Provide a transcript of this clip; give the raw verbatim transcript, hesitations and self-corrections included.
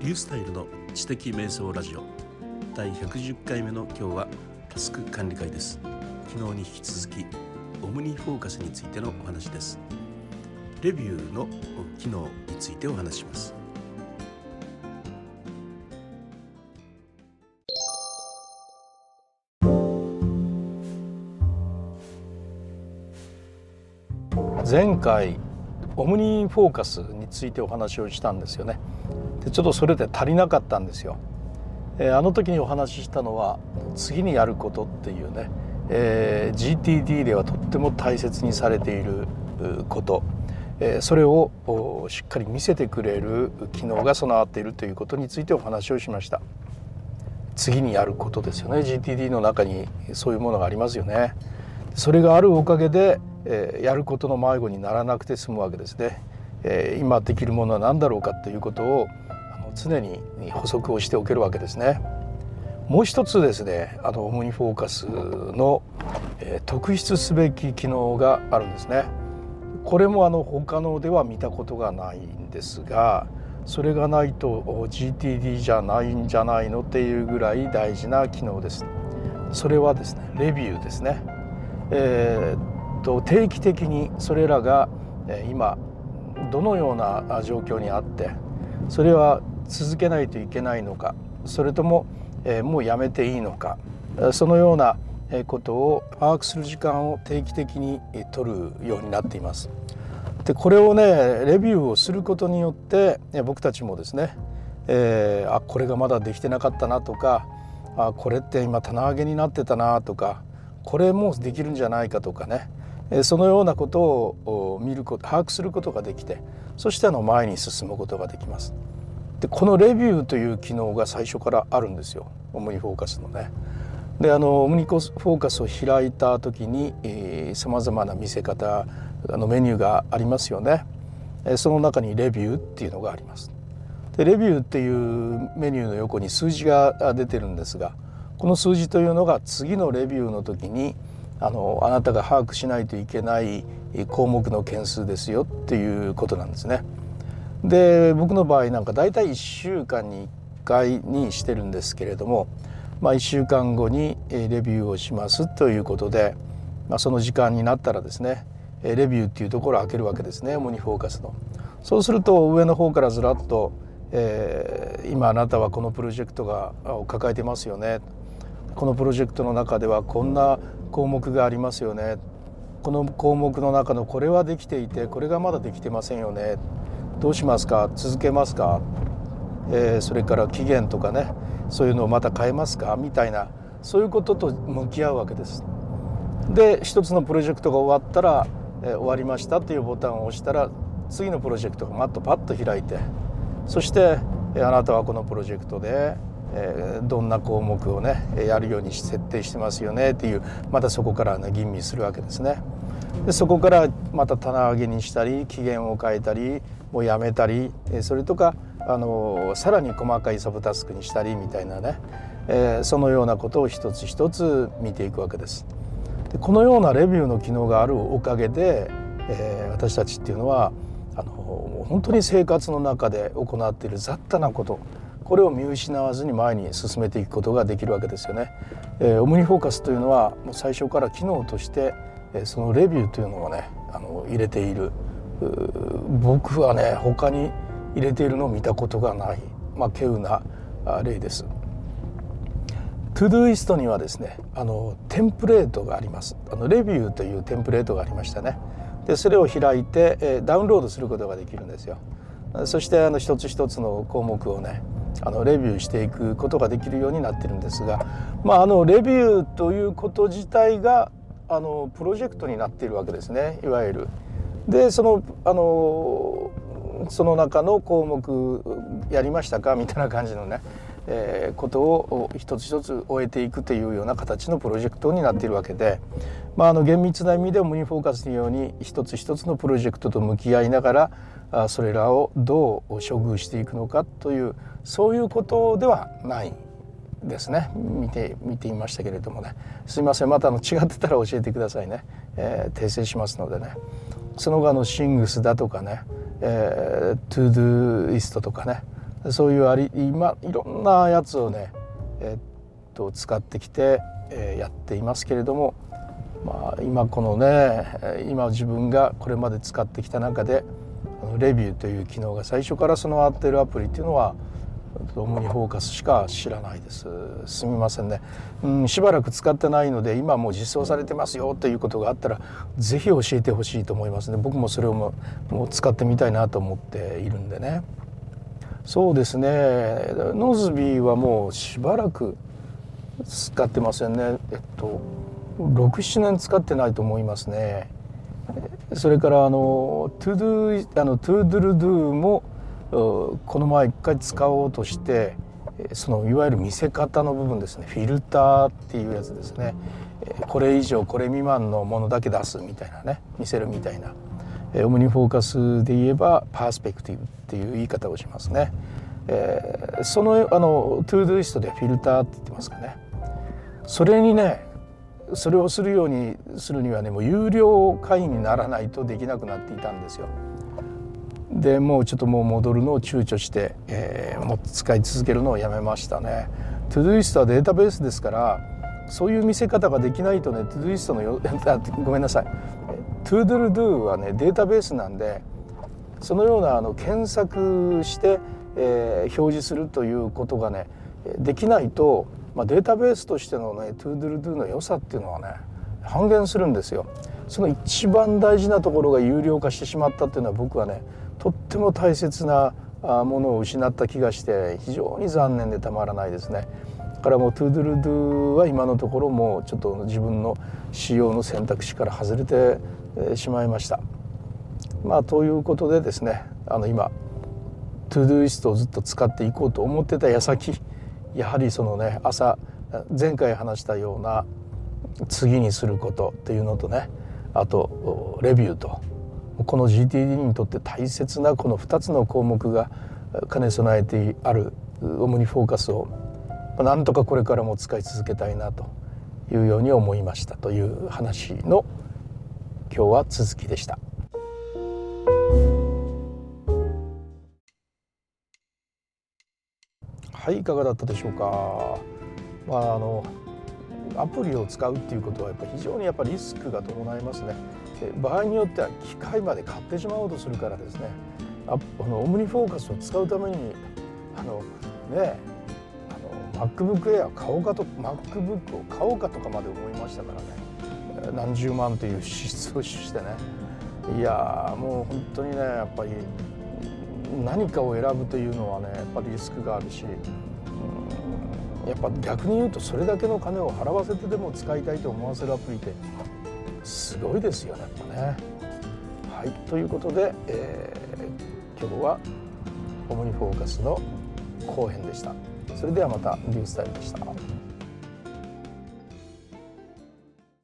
リュースタイルの知的瞑想ラジオだいひゃくじゅっかいめの今日はタスク管理会です。昨日に引き続きオムニフォーカスについてのお話です。レビューの機能についてお話します。 前回オムニフォーカスについてお話をしたんですよね。でちょっとそれで足りなかったんですよ。えー、あの時にお話ししたのは次にやることっていうね、えー、ジーティーディー ではとっても大切にされていること、えー、それをしっかり見せてくれる機能が備わっているということについてお話をしました。次にやることですよね。 ジーティーディー の中にそういうものがありますよね。それがあるおかげで、えー、やることの迷子にならなくて済むわけですね。えー、今できるものは何だろうかということをあの常に補足をしておけるわけですね。もう一つですね、あのオムニフォーカスの、えー、特筆すべき機能があるんですね。これもあの他のでは見たことがないんですが、それがないと ジーティーディー じゃないんじゃないのっていうぐらい大事な機能です。それはですね、レビューですね。えー、と定期的にそれらが今どのような状況にあって、それは続けないといけないのか、それとももうやめていいのか、そのようなことを把握する時間を定期的に取るようになっています。でこれをねレビューをすることによって僕たちもですね、えー、あこれがまだできてなかったなとか、あこれって今棚上げになってたなとか、これもできるんじゃないかとかね、そのようなことを見ること、把握することができて、そしてあの前に進むことができます。でこのレビューという機能が最初からあるんですよ、オムニフォーカスのね。であのオムニフォーカスを開いた時にさまざまな見せ方のメニューがありますよね。その中にレビューっていうのがあります。でレビューっていうメニューの横に数字が出てるんですが、この数字というのが次のレビューの時にあのあなたが把握しないといけない項目の件数ですよっていうことなんですね。で僕の場合なんかだいたいいっしゅうかんにいっかいにしてるんですけれども、まあ、いっしゅうかんごにレビューをしますということで、まあ、その時間になったらですねレビューっていうところを開けるわけですね、オムニフォーカスの。そうすると上の方からずらっと、えー、今あなたはこのプロジェクトがを抱えてますよね、このプロジェクトの中ではこんな項目がありますよね、この項目の中のこれはできていてこれがまだできてませんよね、どうしますか、続けますか、えー、それから期限とかね、そういうのをまた変えますかみたいな、そういうことと向き合うわけです。で一つのプロジェクトが終わったら、えー、終わりましたというボタンを押したら次のプロジェクトがまっとパッと開いて、そして、えー、あなたはこのプロジェクトでえー、どんな項目をねやるように設定してますよねっていう、またそこからね吟味するわけですね。でそこからまた棚上げにしたり期限を変えたりもうやめたり、それとかあのさらに細かいサブタスクにしたりみたいなね、えー、そのようなことを一つ一つ見ていくわけです。でこのようなレビューの機能があるおかげで、えー、私たちっていうのはあの本当に生活の中で行っている雑多なこと、これを見失わずに前に進めていくことができるわけですよね。えー、オムニフォーカスというのはもう最初から機能として、えー、そのレビューというのをねあの入れている。僕はね他に入れているのを見たことがない、まあ、稀有な例です。トゥドゥイストにはですねあのテンプレートがあります。あのレビューというテンプレートがありましたね。でそれを開いて、えー、ダウンロードすることができるんですよ。そしてあの一つ一つの項目をねあのレビューしていくことができるようになってるんですが、まあ、あのレビューということ自体があのプロジェクトになっているわけですね、いわゆる。でそのあのその中の項目やりましたかみたいな感じのね、えー、ことを一つ一つ終えていくというような形のプロジェクトになっているわけで、まあ、あの厳密な意味でオムニフォーカスのように一つ一つのプロジェクトと向き合いながらそれらをどう処遇していくのかというそういうことではないですね。見て見ていましたけれどもね、すいません、またあの違ってたら教えてくださいね、えー、訂正しますのでね。その後あのシングスだとかね、えー、トゥードゥイストとかね、 そういうあり今いろんなやつをね、えっと使ってきて、えー、やっていますけれども、まあ、今このね今自分がこれまで使ってきた中でレビューという機能が最初から備わっているアプリっていうのはオムニフォーカスしか知らないです。すみませんね、うん、しばらく使ってないので今もう実装されてますよということがあったらぜひ教えてほしいと思いますね。僕もそれをもう、もう使ってみたいなと思っているんでね。そうですね、ノズビーはもうしばらく使ってませんね。えっとろく、ななねん使ってないと思いますね。それからあのトゥドゥあのトゥードゥルドゥもこの前一回使おうとしてそのいわゆる見せ方の部分ですね、フィルターっていうやつですね、これ以上これ未満のものだけ出すみたいなね、見せるみたいな、オムニフォーカスで言えばパースペクティブっていう言い方をしますね。えー、そのあのトゥードゥイストでフィルターって言ってますかね。それにねそれをするようにするにはねもう有料会員にならないとできなくなっていたんですよ。でもうちょっともう戻るのを躊躇して、えー、もう使い続けるのをやめましたね。トゥドゥイストはデータベースですからそういう見せ方ができないとねトゥドゥイストのよあごめんなさいトゥードゥルドゥはねデータベースなんでそのようなあの検索して、えー、表示するということがねできないと、まあ、データベースとしてのねトゥードゥルドゥの良さっていうのはね半減するんですよ。その一番大事なところが有料化してしまったっていうのは僕はねとっても大切なものを失った気がして非常に残念でたまらないですね。だからもうトゥードゥルドゥは今のところもうちょっと自分の使用の選択肢から外れてしまいました。まあということでですねあの今トゥードゥイストをずっと使っていこうと思ってた矢先やはりそのね朝前回話したような次にすることっていうのとねあとレビューとこの ジーティーディー にとって大切なこのふたつの項目が兼ね備えてあるオムニフォーカスをなんとかこれからも使い続けたいなというように思いましたという話の今日は続きでした。はいいかがだったでしょうか。まああのアプリを使うっていうことはやっぱ非常にやっぱリスクが伴いますね。場合によっては機械まで買ってしまおうとするからですねああのオムニフォーカスを使うためにあのねあの MacBook Air を買おうかと MacBook を買おうかとかまで思いましたからね何十万という支出をしてねいやーもう本当にねやっぱり何かを選ぶというのはねやっぱりリスクがあるしやっぱ逆に言うとそれだけの金を払わせてでも使いたいと思わせるアプリってすごいですよねやっぱね。はいということで、えー、今日はオムニフォーカスの後編でした。それではまたニュースタイルでした。